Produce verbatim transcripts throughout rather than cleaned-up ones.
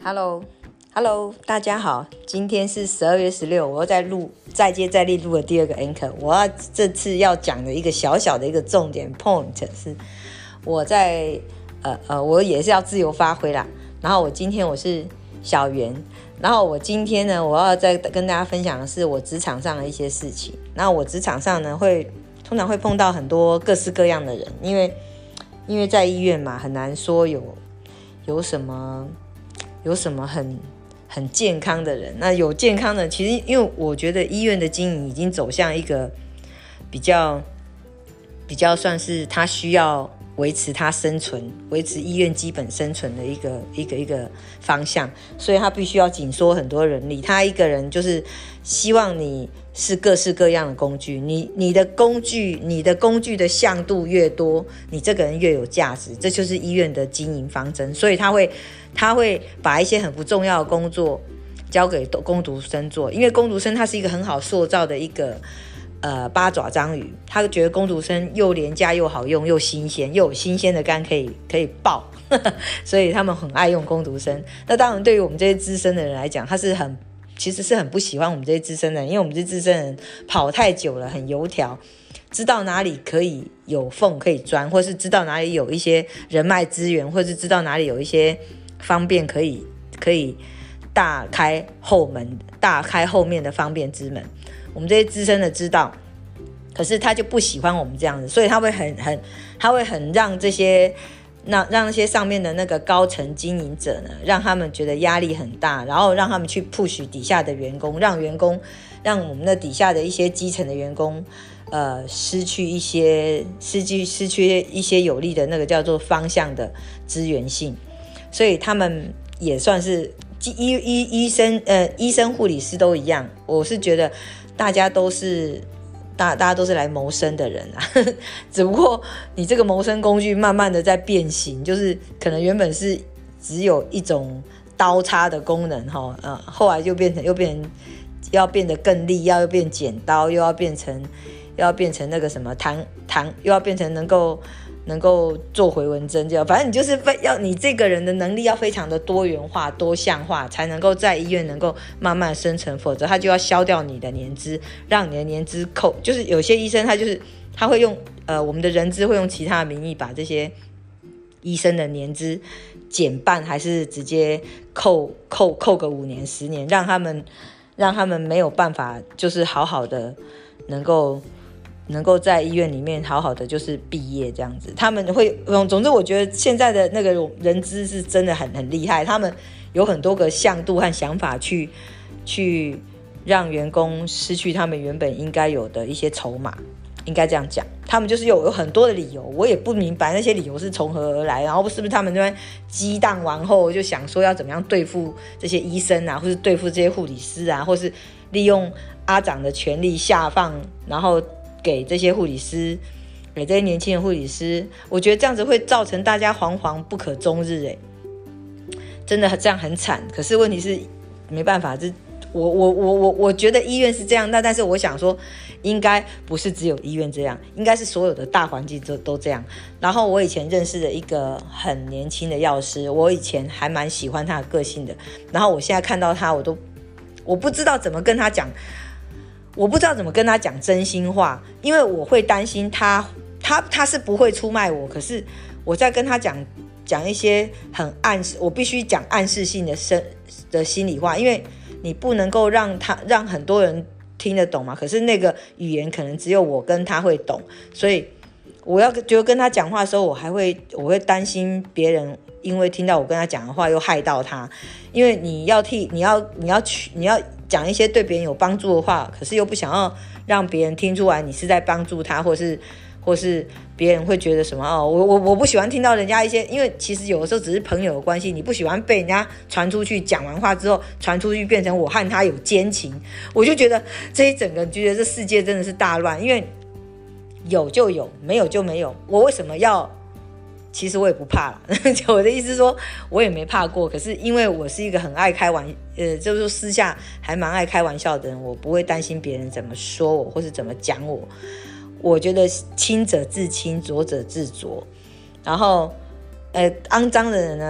Hello Hello 大家好，今天是十二月十六，我又在录再接再厉录了第二个 anchor。 我要这次要讲的一个小小的一个重点 point 是我在呃呃我也是要自由发挥啦。然后我今天我是小圆，然后我今天呢我要再跟大家分享的是我职场上的一些事情。然后我职场上呢会通常会碰到很多各式各样的人，因为因为在医院嘛，很难说有有什么有什么很很健康的人。那有健康的，其实因为我觉得医院的经营已经走向一个比较比较算是他需要维持他生存，维持医院基本生存的一个一个一个方向，所以他必须要紧缩很多人力。他一个人就是希望你是各式各样的工具，你你的工具你的工具的项度越多，你这个人越有价值，这就是医院的经营方针。所以他会他会把一些很不重要的工作交给工读生做，因为工读生他是一个很好塑造的一个呃八爪章鱼，他觉得工读生又廉价又好用又新鲜，又有新鲜的肝可以可以爆所以他们很爱用工读生。那当然对于我们这些资深的人来讲，他是很其实是很不喜欢我们这些资深的人，因为我们这些资深人跑太久了，很油条，知道哪里可以有缝可以钻，或是知道哪里有一些人脉资源，或是知道哪里有一些方便可以可以大开后门，大开后面的方便之门。我们这些资深的知道，可是他就不喜欢我们这样子，所以他会很很他会很让这些那让那些上面的那个高层经营者呢，让他们觉得压力很大，然后让他们去 push 底下的员工，让员工让我们的底下的一些基层的员工呃失去一些失去失去一些有利的那个叫做方向的资源性。所以他们也算是医医医生呃医生护理师都一样，我是觉得大家都是大大家都是来谋生的人啊只不过你这个谋生工具慢慢的在变形，就是可能原本是只有一种刀叉的功能齁、呃、后来就变成又变成要变得更利，要变剪刀，又要变成又要变成那个什么弹弹，又要变成能够能够做回纹针，就反正你就是要你这个人的能力要非常的多元化多项化，才能够在医院能够慢慢生存，否则他就要消掉你的年资，让你的年资扣，就是有些医生他就是他会用呃我们的人资会用其他的名义把这些医生的年资减半，还是直接扣扣扣个五年十年，让他们让他们没有办法就是好好的能够能够在医院里面好好的就是毕业这样子。他们会总之我觉得现在的那个人资是真的很很厉害，他们有很多个向度和想法去去让员工失去他们原本应该有的一些筹码，应该这样讲。他们就是有有很多的理由，我也不明白那些理由是从何而来，然后是不是他们那边激荡完后就想说要怎么样对付这些医生啊，或是对付这些护理师啊，或是利用阿长的权力下放，然后给这些护理师，给这些年轻的护理师，我觉得这样子会造成大家惶惶不可终日、欸、真的这样很惨。可是问题是没办法，这我我我我我觉得医院是这样，但但是我想说，应该不是只有医院这样，应该是所有的大环境都都这样。然后我以前认识的一个很年轻的药师，我以前还蛮喜欢他的个性的，然后我现在看到他，我都我不知道怎么跟他讲。我不知道怎么跟他讲真心话，因为我会担心他，他他是不会出卖我，可是我在跟他讲讲一些很暗示，我必须讲暗示性的生的心里话，因为你不能够让他让很多人听得懂嘛，可是那个语言可能只有我跟他会懂，所以我要觉得跟他讲话的时候，我还会我会担心别人因为听到我跟他讲的话又害到他，因为你要替你要你要去你要讲一些对别人有帮助的话，可是又不想要让别人听出来你是在帮助他，或是或是别人会觉得什么哦，我我我不喜欢听到人家一些，因为其实有的时候只是朋友的关系，你不喜欢被人家传出去，讲完话之后传出去变成我和他有奸情，我就觉得这一整个觉得这世界真的是大乱，因为有就有，没有就没有，我为什么要？其实我也不怕啦我的意思是说我也没怕过，可是因为我是一个很爱开玩呃，就是说私下还蛮爱开玩笑的人，我不会担心别人怎么说我或是怎么讲我。我觉得清者自清，浊者自浊，然后呃，肮脏的人呢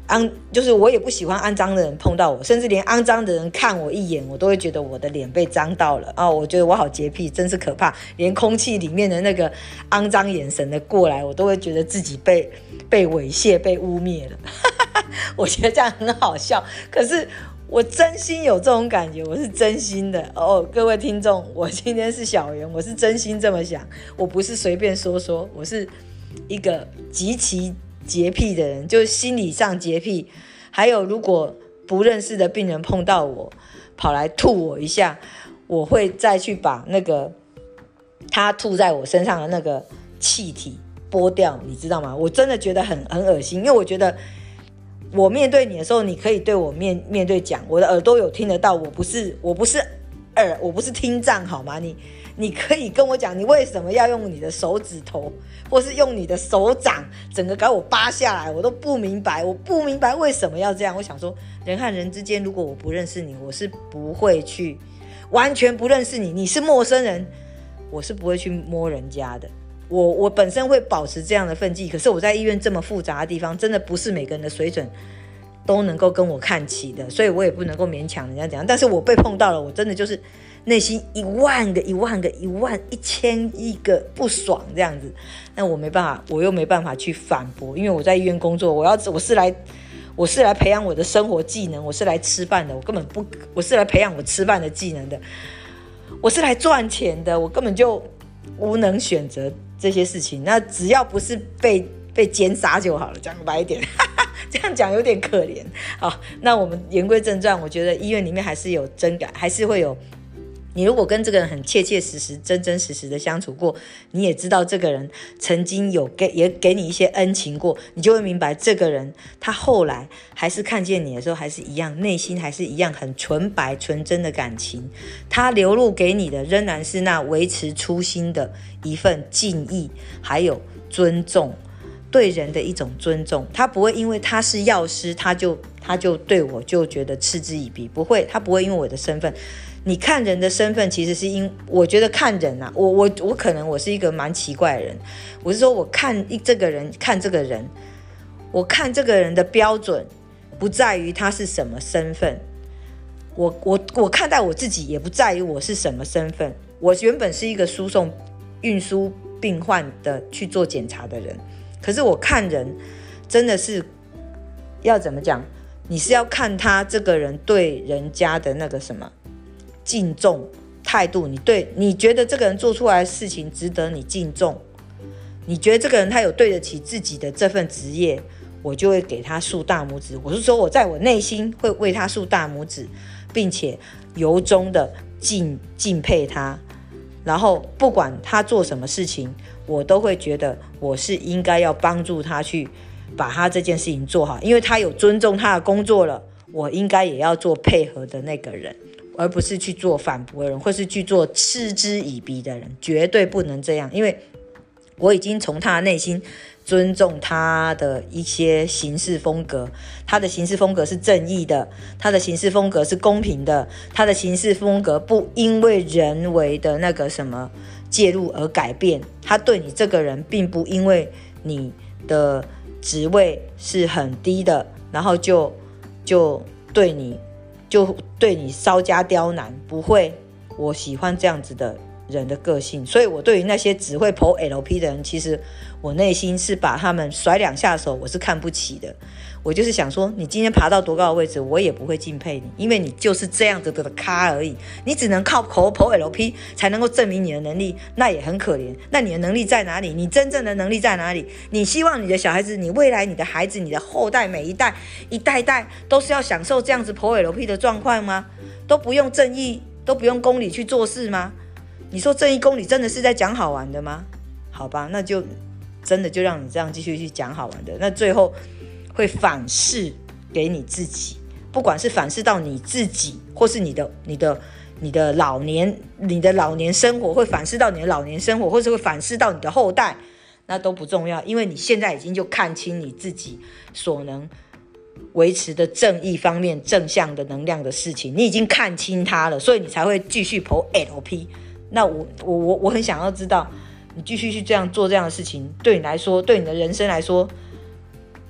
肮就是我也不喜欢肮脏的人碰到我，甚至连肮脏的人看我一眼，我都会觉得我的脸被脏到了啊！我觉得我好洁癖，真是可怕。连空气里面的那个肮脏眼神的过来，我都会觉得自己被被猥亵、被污蔑了。我觉得这样很好笑，可是我真心有这种感觉，我是真心的哦。各位听众，我今天是小圆，我是真心这么想，我不是随便说说，我是一个极其洁癖的人，就是心理上洁癖。还有如果不认识的病人碰到我跑来吐我一下，我会再去把那个他吐在我身上的那个气体剥掉，你知道吗？我真的觉得很很恶心，因为我觉得我面对你的时候，你可以对我面面对讲，我的耳朵有听得到，我不是我不是耳，我不是听障好吗？你你可以跟我讲，你为什么要用你的手指头，或是用你的手掌，整个给我扒下来，我都不明白，我不明白为什么要这样。我想说，人和人之间，如果我不认识你，我是不会去完全不认识你，你是陌生人，我是不会去摸人家的。我我本身会保持这样的分际，可是我在医院这么复杂的地方，真的不是每个人的水准都能够跟我看齐的，所以我也不能够勉强人家怎样。但是我被碰到了，我真的就是内心一万个一万个一万一千亿个不爽这样子，那我没办法，我又没办法去反驳，因为我在医院工作，我要我是来我是来培养我的生活技能，我是来吃饭的，我根本不我是来培养我吃饭的技能的，我是来赚钱的，我根本就无能选择这些事情。那只要不是被被奸杀就好了，讲白一点。这样讲有点可怜。好，那我们言归正传，我觉得医院里面还是有真感，还是会有。你如果跟这个人很切切实实、真真实实的相处过，你也知道这个人曾经有给也给你一些恩情过，你就会明白这个人他后来还是看见你的时候还是一样，内心还是一样很纯白纯真的感情，他流露给你的仍然是那维持初心的一份敬意，还有尊重，对人的一种尊重。他不会因为他是药师，他就他就对我就觉得嗤之以鼻，不会，他不会因为我的身份。你看人的身份其实是因，我觉得看人啊，我我我可能我是一个蛮奇怪的人，我是说我看这个人，看这个人，我看这个人的标准不在于他是什么身份，我我我看待我自己也不在于我是什么身份。我原本是一个输送运输病患的去做检查的人，可是我看人真的是要怎么讲？你是要看他这个人对人家的那个什么敬重态度，你对你觉得这个人做出来的事情值得你敬重，你觉得这个人他有对得起自己的这份职业，我就会给他竖大拇指。我是说我在我内心会为他竖大拇指，并且由衷的敬敬佩他，然后不管他做什么事情，我都会觉得我是应该要帮助他去把他这件事情做好，因为他有尊重他的工作了，我应该也要做配合的那个人，而不是去做反驳的人，或是去做嗤之以鼻的人，绝对不能这样。因为我已经从他的内心尊重他的一些行事风格，他的行事风格是正义的，他的行事风格是公平的，他的行事风格不因为人为的那个什么介入而改变，他对你这个人并不因为你的职位是很低的，然后就就对你就对你稍加刁难，不会。我喜欢这样子的人的个性，所以我对于那些只会跑 L P 的人，其实我内心是把他们甩两下手，我是看不起的。我就是想说，你今天爬到多高的位置，我也不会敬佩你，因为你就是这样子的咖而已。你只能靠口跑 L P 才能够证明你的能力，那也很可怜。那你的能力在哪里？你真正的能力在哪里？你希望你的小孩子，你未来你的孩子，你的后代，每一代一代代都是要享受这样子跑 L P 的状况吗？都不用正义，都不用公理去做事吗？你说正义公理真的是在讲好玩的吗？好吧，那就真的就让你这样继续去讲好玩的，那最后会反噬给你自己，不管是反噬到你自己，或是你的你的你的老年你的老年生活，会反噬到你的老年生活，或是会反噬到你的后代，那都不重要，因为你现在已经就看清你自己所能维持的正义方面正向的能量的事情，你已经看清它了，所以你才会继续跑 L P。那我我我我很想要知道，你继续去这样做这样的事情，对你来说，对你的人生来说，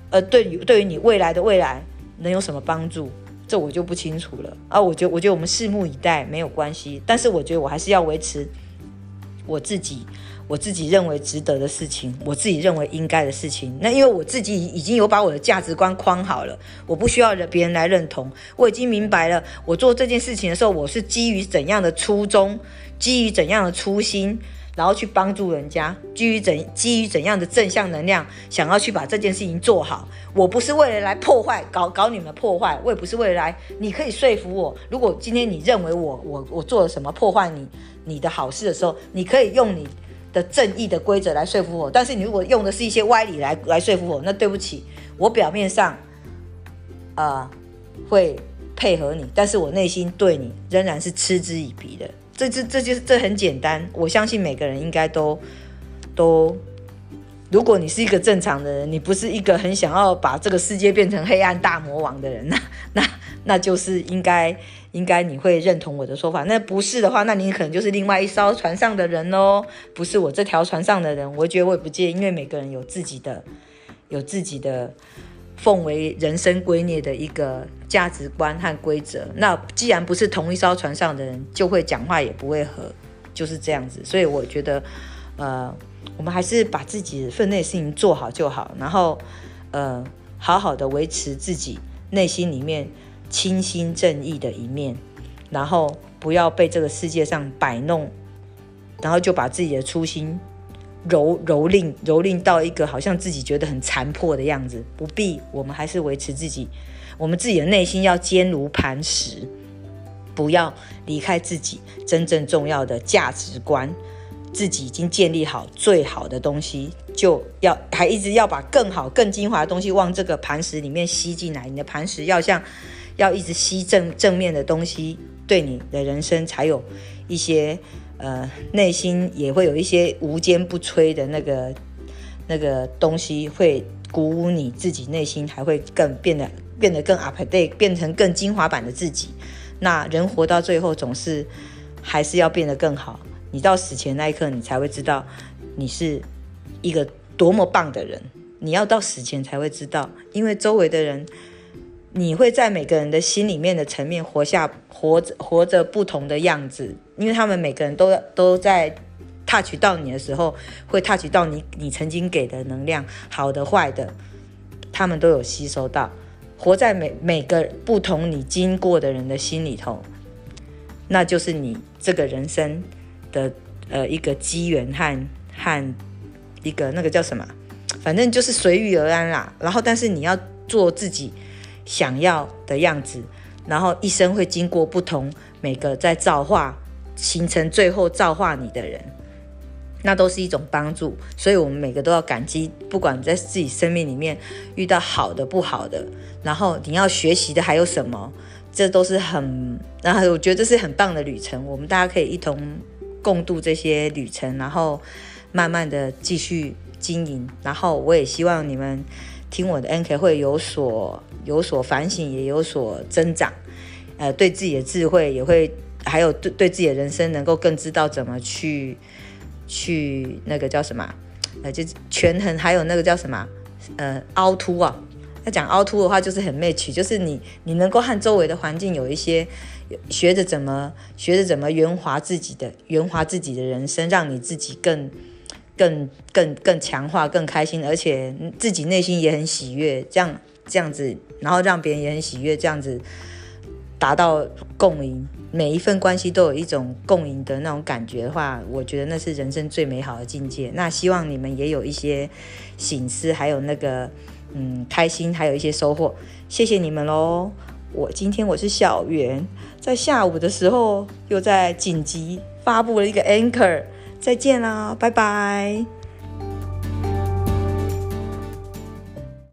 呃，对于对于你未来的未来能有什么帮助？这我就不清楚了啊。我觉得我觉得我们拭目以待没有关系，但是我觉得我还是要维持我自己我自己认为值得的事情，我自己认为应该的事情。那因为我自己已经有把我的价值观框好了，我不需要别人来认同。我已经明白了，我做这件事情的时候，我是基于怎样的初衷，基于怎样的初心，然后去帮助人家，基于怎基于怎样的正向能量，想要去把这件事情做好。我不是为了来破坏，搞搞你们破坏，我也不是为了来，你可以说服我。如果今天你认为我我我做了什么破坏你你的好事的时候，你可以用你的正义的规则来说服我，但是你如果用的是一些歪理来来说服我，那对不起，我表面上呃会配合你，但是我内心对你仍然是嗤之以鼻的。这这这就是这很简单，我相信每个人应该都都，如果你是一个正常的人，你不是一个很想要把这个世界变成黑暗大魔王的人，那那那就是应该应该你会认同我的说法。那不是的话，那你可能就是另外一艘船上的人咯，不是我这条船上的人。我觉得我也不介意，因为每个人有自己的有自己的奉为人生圭臬的一个价值观和规则。那既然不是同一艘船上的人，就会讲话也不会合，就是这样子。所以我觉得呃我们还是把自己分内的事情做好就好，然后呃好好的维持自己内心里面清新正义的一面，然后不要被这个世界上摆弄，然后就把自己的初心蹂蹂躏蹂躏到一个好像自己觉得很残破的样子。不必，我们还是维持自己，我们自己的内心要坚如磐石，不要离开自己真正重要的价值观。自己已经建立好最好的东西，就要还一直要把更好更精华的东西往这个磐石里面吸进来。你的磐石要像要一直吸正正面的东西，对你的人生才有一些呃内心也会有一些无坚不摧的那个那个东西，会鼓舞你自己内心，还会更变得变得更 update， 变成更精华版的自己。那人活到最后总是还是要变得更好。你到死前那一刻，你才会知道你是一个多么棒的人。你要到死前才会知道，因为周围的人，你会在每个人的心里面的层面活下活着活着不同的样子，因为他们每个人都都在 touch 到你的时候，会 touch 到你你曾经给的能量，好的坏的，他们都有吸收到。活在每每个不同你经过的人的心里头，那就是你这个人生的呃一个机缘和和一个那个叫什么，反正就是随遇而安啦。然后，但是你要做自己想要的样子，然后一生会经过不同每个在造化，形成最后造化你的人，那都是一种帮助。所以我们每个都要感激，不管在自己生命里面遇到好的不好的，然后你要学习的还有什么，这都是很，然后我觉得这是很棒的旅程。我们大家可以一同共度这些旅程，然后慢慢的继续经营。然后我也希望你们听我的 Anchor 会有所有所反省，也有所增长，呃，对自己的智慧也会，还有 对, 对自己的人生能够更知道怎么去去那个叫什么，呃，就权衡，还有那个叫什么，呃，凹凸啊。要讲凹凸的话，就是很 match， 就是你你能够和周围的环境有一些学着怎么学着怎么圆滑自己的圆滑自己的人生，让你自己更更更更强化、更开心，而且自己内心也很喜悦，这样这样子，然后让别人也很喜悦，这样子达到共赢。每一份关系都有一种共赢的那种感觉的话，我觉得那是人生最美好的境界。那希望你们也有一些省思，还有那个嗯开心，还有一些收获。谢谢你们咯。我今天我是小圆，在下午的时候又在紧急发布了一个 Anchor。再见啦，拜拜。